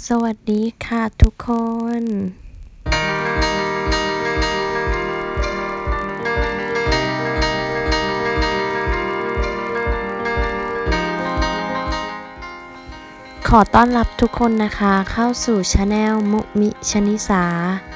สวัสดีค่ะทุกคน ขอต้อนรับทุกคนนะคะเข้าสู่ Channel มุมิชนิสา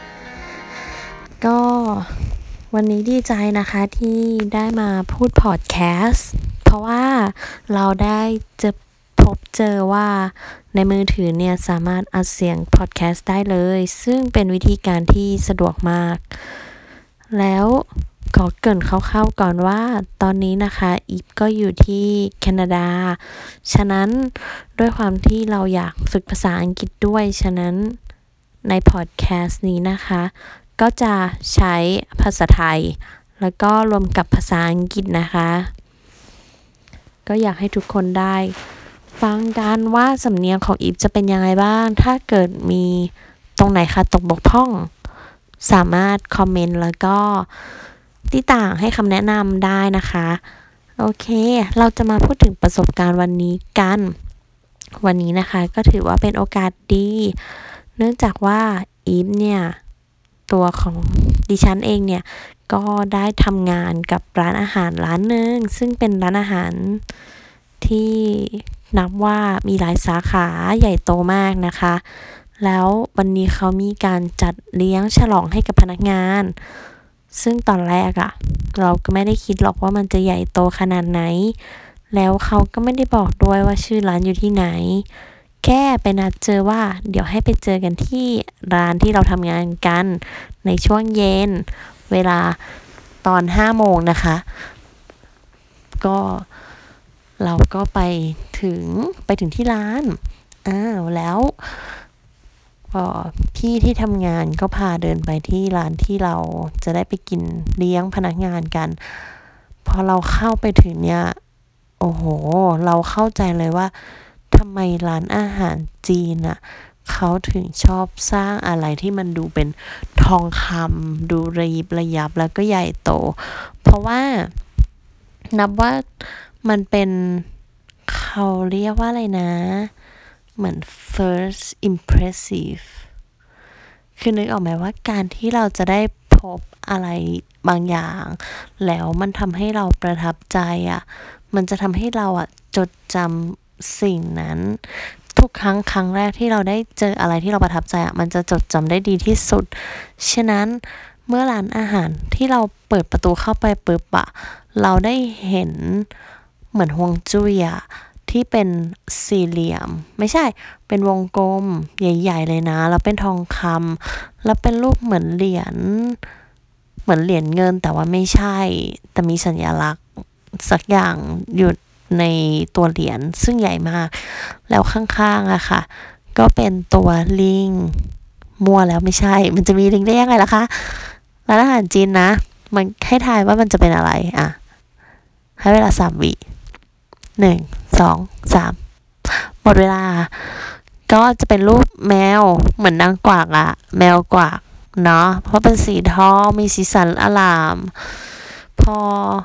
ก็วันนี้ดีใจนะคะที่ได้มาพูดพอดแคสต์เพราะว่าเราได้พบเจอว่าในมือถือเนี่ยสามารถอัดเสียงพอดแคสต์ได้เลยซึ่งเป็นวิธีการที่สะดวกมากแล้วขอเกริ่นคร่าวๆก่อนว่าตอนนี้นะคะอีฟก็อยู่ที่แคนาดาฉะนั้นด้วยความที่เราอยากฝึกภาษาอังกฤษด้วยฉะนั้นในพอดแคสต์นี้นะคะก็จะใช้ภาษาไทยแล้วก็รวมกับภาษาอังกฤษนะคะก็อยากให้ทุกคนได้ฟังกันว่าสำเนียงของอีฟจะเป็นยังไงบ้างถ้าเกิดมีตรงไหนค่ะตกบกพร่องสามารถคอมเมนต์แล้วก็ติต่างให้คำแนะนำได้นะคะโอเคเราจะมาพูดถึงประสบการณ์วันนี้กันวันนี้นะคะก็ถือว่าเป็นโอกาสดีเนื่องจากว่าอีฟเนี่ยตัวของดิฉันเองเนี่ยก็ได้ทำงานกับร้านอาหารร้านนึงซึ่งเป็นร้านอาหารที่นับว่ามีหลายสาขาใหญ่โตมากนะคะแล้ววันนี้เขามีการจัดเลี้ยงฉลองให้กับพนักงานซึ่งตอนแรกเราก็ไม่ได้คิดหรอกว่ามันจะใหญ่โตขนาดไหนแล้วเขาก็ไม่ได้บอกด้วยว่าชื่อร้านอยู่ที่ไหนแค่ไปนัดเจอว่าเดี๋ยวให้ไปเจอกันที่ร้านที่เราทำงานกันในช่วงเย็นเวลาตอน5 โมงนะคะก็เราก็ไปถึงที่ร้านแล้วพี่ที่ทำงานก็พาเดินไปที่ร้านที่เราจะได้ไปกินเลี้ยงพนักงานกันพอเราเข้าไปถึงเนี่ยโอ้โหเราเข้าใจเลยว่าทำไมร้านอาหารจีนเขาถึงชอบสร้างอะไรที่มันดูเป็นทองคำดูระยิบระยับแล้วก็ใหญ่โตเพราะว่านับว่ามันเป็นเขาเรียกว่าอะไรนะเหมือน first impressive คือนึกออกไหมว่าการที่เราจะได้พบอะไรบางอย่างแล้วมันทำให้เราประทับใจมันจะทำให้เราจดจำสิ่งนั้นทุกครั้งแรกที่เราได้เจออะไรที่เราประทับใจมันจะจดจำได้ดีที่สุดฉะนั้นเมื่อร้านอาหารที่เราเปิดประตูเข้าไปปุ๊บเราได้เห็นเหมือนฮวงจุ้ยที่เป็นสี่เหลี่ยมไม่ใช่เป็นวงกลมใหญ่ๆเลยนะแล้วเป็นทองคำแล้วเป็นรูปเหมือนเหรียญเงินแต่ว่าไม่ใช่แต่มีสัญลักษณ์สักอย่างอยู่ในตัวเหรียญซึ่งใหญ่มากแล้วข้างๆค่ะก็เป็นตัวลิงมัวแล้วไม่ใช่มันจะมีลิงได้ยังไงล่ะคะร้านอาหารจีนนะมันให้ทายว่ามันจะเป็นอะไรให้เวลา3 วิ1 2 3หมดเวลาก็จะเป็นรูปแมวเหมือนนางกวักแมวกวักเนาะเพราะเป็นสีทองมีสีสันอลามพอ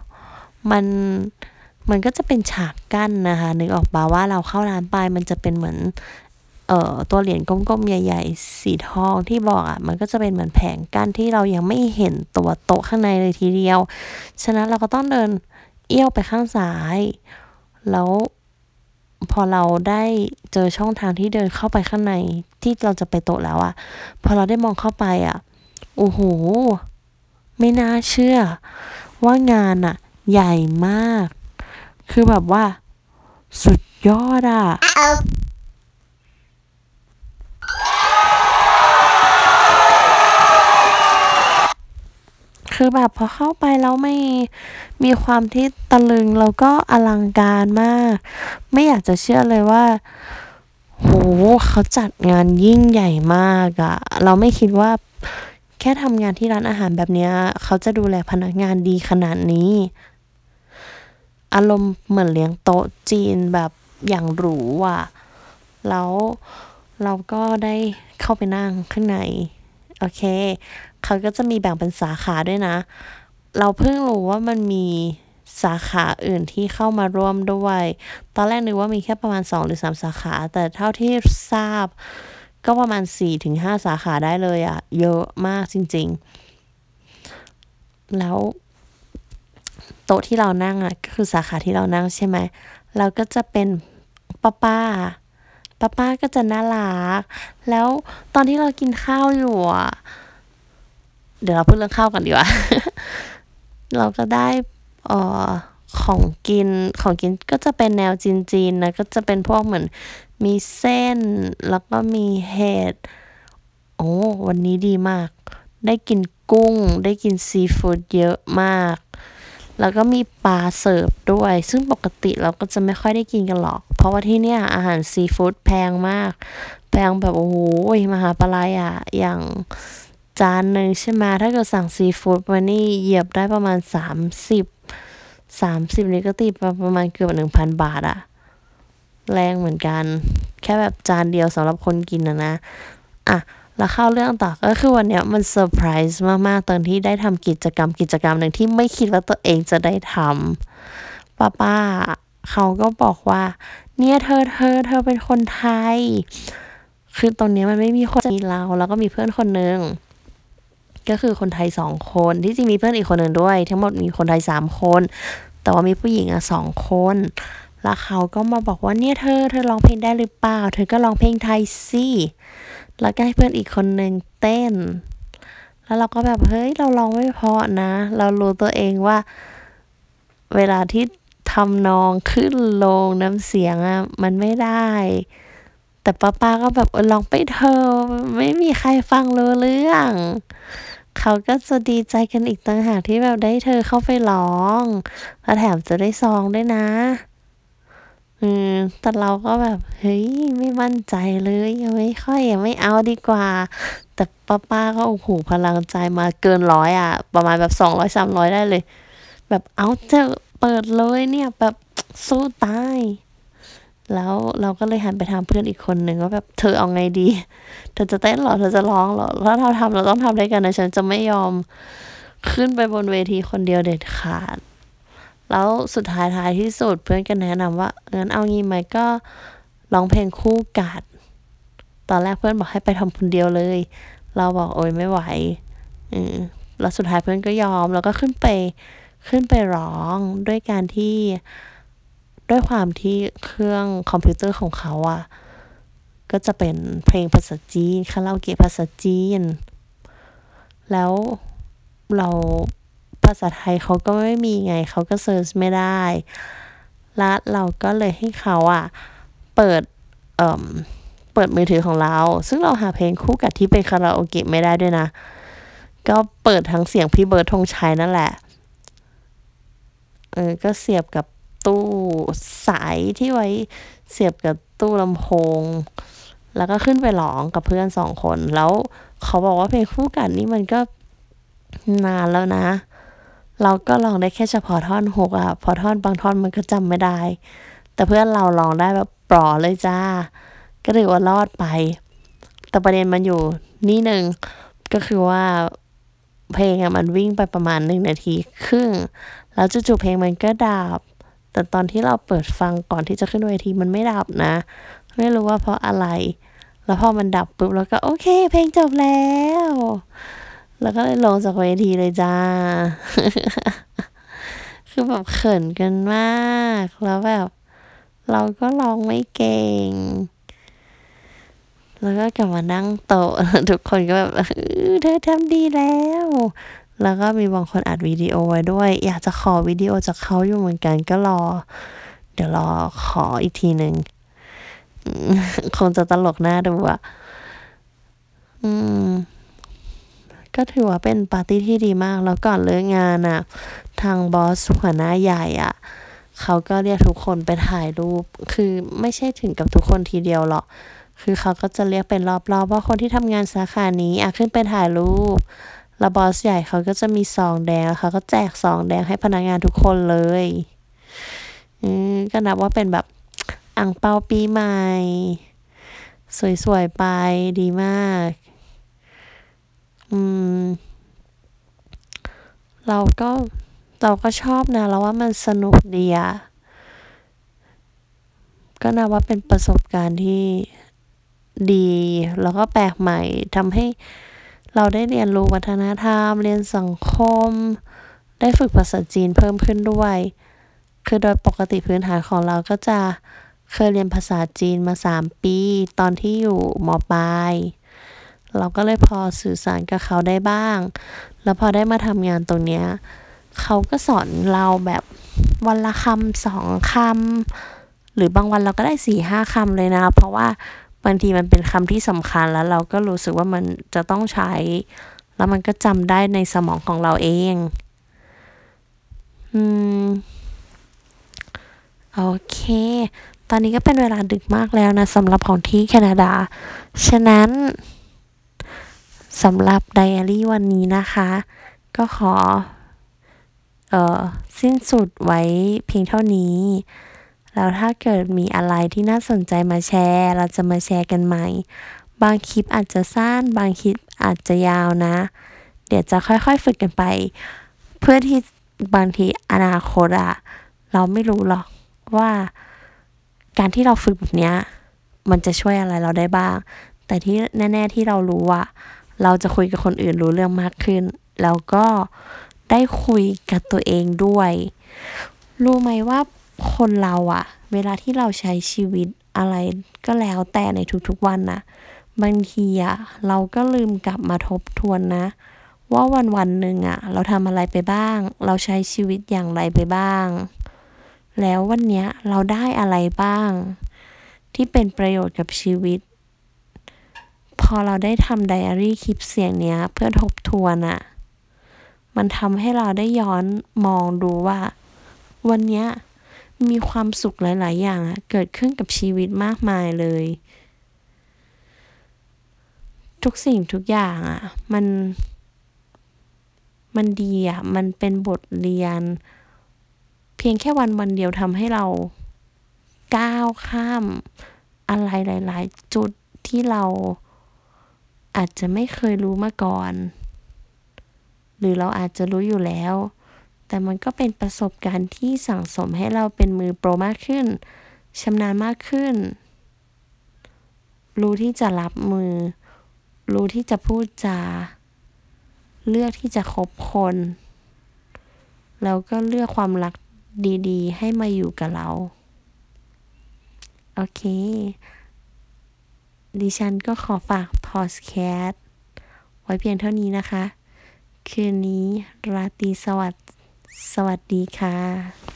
มันก็จะเป็นฉากกั้นนะคะนึกออกป่ะว่าเราเข้าร้านไปมันจะเป็นเหมือนตัวเหรียญกลมๆใหญ่ๆสีทองที่บอกมันก็จะเป็นเหมือนแผงกั้นที่เรายังไม่เห็นตัวโต๊ะข้างในเลยทีเดียวฉะนั้นเราก็ต้องเดินเอี้ยวไปข้างซ้ายแล้วพอเราได้เจอช่องทางที่เดินเข้าไปข้างในที่เราจะไปโต๊ะแล้วพอเราได้มองเข้าไปโอ้โหไม่น่าเชื่อว่างานใหญ่มากคือแบบว่าสุดยอดคือแบบพอเข้าไปแล้วไม่มีความที่ตะลึงแล้วก็อลังการมากไม่อยากจะเชื่อเลยว่าโหเขาจัดงานยิ่งใหญ่มากเราไม่คิดว่าแค่ทำงานที่ร้านอาหารแบบนี้เขาจะดูแลพนักงานดีขนาดนี้อารมณ์เหมือนเลี้ยงโต๊ะจีนแบบอย่างหรูแล้วเราก็ได้เข้าไปนั่งข้างในโอเคเขาก็จะมีแบ่งเป็นสาขาด้วยนะเราเพิ่งรู้ว่ามันมีสาขาอื่นที่เข้ามาร่วมด้วยตอนแรกนึกว่ามีแค่ประมาณ2 หรือ 3 สาขาแต่เท่าที่ทราบก็ประมาณ 4-5 สาขาได้เลยอ่ะเยอะมากจริงๆแล้วโต๊ะที่เรานั่งอ่ะก็คือสาขาที่เรานั่งใช่ไหมเราก็จะเป็นป้าก็จะน่ารักแล้วตอนที่เรากินข้าวอยู่อ่ะเดี๋ยวเราพูดเรื่องข้าวกันดีกว่า เราก็ได้เอ่อของกินก็จะเป็นแนวจีนๆนะก็จะเป็นพวกเหมือนมีเส้นแล้วก็มีเห็ดโอ้วันนี้ดีมากได้กินกุ้งได้กินซีฟู้ดเยอะมากแล้วก็มีปลาเสิร์ฟด้วยซึ่งปกติเราก็จะไม่ค่อยได้กินกันหรอกเพราะว่าที่เนี่ยอาหารซีฟู้ดแพงมากแพงแบบโอ้โหมหาปลายอ่ะอย่าง จานหนึ่งใช่ไหมถ้าเกิดสั่งซีฟู้ดมานี่เหยียบได้ประมาณ30นี่ก็ตีประมาณเกือบ 1,000 บาทอะแรงเหมือนกันแค่แบบจานเดียวสำหรับคนกินนะอ่ะแล้วเข้าเรื่องต่อก็คือวันเนี้ยมันเซอร์ไพรส์มากๆตอนที่ได้ทำกิจกรรมหนึ่งที่ไม่คิดว่าตัวเองจะได้ทำป้าเขาก็บอกว่าเนี่ยเธอเป็นคนไทยคือตรงนี้มันไม่มีคนมีเราแล้วก็มีเพื่อนคนนึง ก็คือคนไทย2 คนที่จริงมีเพื่อนอีกคนหนึ่งด้วยทั้งหมดมีคนไทย3 คนแต่ว่ามีผู้หญิง2 คนแล้วเขาก็มาบอกว่าเนี่ยเธอร้องเพลงได้หรือเปล่าเธอก็ร้องเพลงไทยสิแล้วก็ให้เพื่อนอีกคนหนึ่งเต้นแล้วเราก็แบบเฮ้ยเราร้องไม่เพราะนะเรารู้ตัวเองว่าเวลาที่ทำนองขึ้นลงน้ำเสียงอะมันไม่ได้แต่ป้าก็แบบร้องไปเถอะไม่มีใครฟังรู้เรื่องเขาก็จะดีใจกันอีกต่างหากที่แบบได้เธอเข้าไปร้องแล้วแถมจะได้ซองด้วยนะแต่เราก็แบบเฮ้ยไม่มั่นใจเลยยังไม่เอาดีกว่าแต่ป้าก็โอ้โหพลังใจมาเกิน100อ่ะประมาณแบบ200-300ได้เลยแบบเอาเถอะเปิดเลยเนี่ยแบบสู้ตายแล้วเราก็เลยหันไปถามเพื่อนอีกคนหนึ่งว่าแบบเธอเอาไงดีเธอจะเต้นหรอเธอจะร้องหรอถ้าเราทำเราต้องทำด้วยกันนะฉันจะไม่ยอมขึ้นไปบนเวทีคนเดียวเด็ดขาดแล้วสุดท้ายที่สุดเพื่อนก็แนะนำว่างั้นเอางี้ไหมก็ร้องเพลงคู่กันตอนแรกเพื่อนบอกให้ไปทำคนเดียวเลยเราบอกโอ๊ยไม่ไหวอืมแล้วสุดท้ายเพื่อนก็ยอมแล้วก็ขึ้นไปร้องด้วยการที่ด้วยความที่เครื่องคอมพิวเตอร์ของเขาอะก็จะเป็นเพลงภาษาจีนคาราโอเกะภาษาจีนแล้วเราภาษาไทยเขาก็ไม่มีไงเขาก็เซิร์ชไม่ได้แล้วเราก็เลยให้เขาอะเปิดเอ่อเปิดมือถือของเราซึ่งเราหาเพลงคู่กับที่เป็นคาราโอเกะไม่ได้ด้วยนะก็เปิดทั้งเสียงพี่เบิร์ดธงชัยนั่นแหละก็เสียบกับตู้สายที่ไว้เสียบกับตู้ลำโพงแล้วก็ขึ้นไปร้องกับเพื่อน2 คนแล้วเขาบอกว่าเพลงคู่กันนี่มันก็นานแล้วนะเราก็ร้องได้แค่เฉพาะท่อนฮุกอะพอท่อนบางท่อนมันก็จำไม่ได้แต่เพื่อนเราร้องได้แบบปลอเลยจ้าก็ถือว่ารอดไปแต่ประเด็นมันอยู่นี่หนึ่งก็คือว่าเพลงอะมันวิ่งไปประมาณ1 นาทีครึ่งแล้วจู่ๆเพลงมันก็ดับแต่ตอนที่เราเปิดฟังก่อนที่จะขึ้นเวทีมันไม่ดับนะไม่รู้ว่าเพราะอะไรแล้วพอมันดับปุ๊บแล้วก็โอเคเพลงจบแล้วแล้วก็เลยลงจากเวทีเลยจ้าคือแบบเขินกันมากแล้วแบบเราก็ร้องไม่เก่งแล้วก็กลับมานั่งโต๊ะทุกคนก็แบบเธอทำดีแล้วแล้วก็มีบางคนอัดวิดีโอไว้ด้วยอยากจะขอวิดีโอจากเขาอยู่เหมือนกันก็เดี๋ยวรอขออีกทีหนึ่งคงจะตลกหน้าดูอ่ะอืมก็ถือว่าเป็นปาร์ตี้ที่ดีมากแล้วก่อนเลิกงานอ่ะทางบอสหัวหน้าใหญ่อ่ะเขาก็เรียกทุกคนไปถ่ายรูปคือไม่ใช่ถึงกับทุกคนทีเดียวหรอกคือเขาก็จะเรียกเป็นรอบๆว่าคนที่ทำงานสาขานี้ขึ้นไปถ่ายรูปแล้วบอสใหญ่เขาก็จะมีซองแดงแล้วเขาก็แจกซองแดงให้พนักงานทุกคนเลยก็นับว่าเป็นแบบอั่งเปาปีใหม่สวยๆไปดีมากอืมเราก็เราก็ชอบนะเราว่ามันสนุกดีอะก็นับว่าเป็นประสบการณ์ที่ดีแล้วก็แปลกใหม่ทำให้เราได้เรียนรู้วัฒนธรรมเรียนสังคมได้ฝึกภาษาจีนเพิ่มขึ้นด้วยคือโดยปกติพื้นฐานของเราก็จะเคยเรียนภาษาจีนมา3 ปีตอนที่อยู่ม.ปลายเราก็เลยพอสื่อสารกับเขาได้บ้างแล้วพอได้มาทำงานตรงเนี้ยเขาก็สอนเราแบบวันละคำ2 คำหรือบางวันเราก็ได้4-5 คำเลยนะเพราะว่าบางทีมันเป็นคำที่สำคัญแล้วเราก็รู้สึกว่ามันจะต้องใช้แล้วมันก็จำได้ในสมองของเราเองโอเคตอนนี้ก็เป็นเวลาดึกมากแล้วนะสำหรับของที่แคนาดาฉะนั้นสำหรับไดอารี่วันนี้นะคะก็ขอสิ้นสุดไว้เพียงเท่านี้แล้วถ้าเกิดมีอะไรที่น่าสนใจมาแชร์เราจะมาแชร์กันใหม่บางคลิปอาจจะสั้นบางคลิปอาจจะยาวนะเดี๋ยวจะค่อยๆฝึกกันไปเพื่อที่บางทีอนาคตเราไม่รู้หรอกว่าการที่เราฝึกแบบเนี้ยมันจะช่วยอะไรเราได้บ้างแต่ที่แน่ๆที่เรารู้เราจะคุยกับคนอื่นรู้เรื่องมากขึ้นแล้วก็ได้คุยกับตัวเองด้วยรู้ไหมว่าคนเราเวลาที่เราใช้ชีวิตอะไรก็แล้วแต่ในทุกๆวันบางทีเราก็ลืมกลับมาทบทวนนะว่าวันๆหนึ่งเราทำอะไรไปบ้างเราใช้ชีวิตอย่างไรไปบ้างแล้ววันเนี้ยเราได้อะไรบ้างที่เป็นประโยชน์กับชีวิตพอเราได้ทำไดอารี่คลิปเสียงเนี้ยเพื่อทบทวนมันทำให้เราได้ย้อนมองดูว่าวันเนี้ยมีความสุขหลายๆอย่างเกิดขึ้นกับชีวิตมากมายเลยทุกสิ่งทุกอย่างมันดีมันเป็นบทเรียนเพียงแค่วันเดียวทำให้เราก้าวข้ามอะไรหลายๆจุดที่เราอาจจะไม่เคยรู้มาก่อนหรือเราอาจจะรู้อยู่แล้วแต่มันก็เป็นประสบการณ์ที่สั่งสมให้เราเป็นมือโปรมากขึ้นชำนาญมากขึ้นรู้ที่จะรับมือรู้ที่จะพูดจาเลือกที่จะคบคนแล้วก็เลือกความรักดีๆให้มาอยู่กับเราโอเคดิฉันก็ขอฝากพอดแคสต์ไว้เพียงเท่านี้นะคะคืนนี้ราตรีสวัสดิ์สวัสดีค่ะ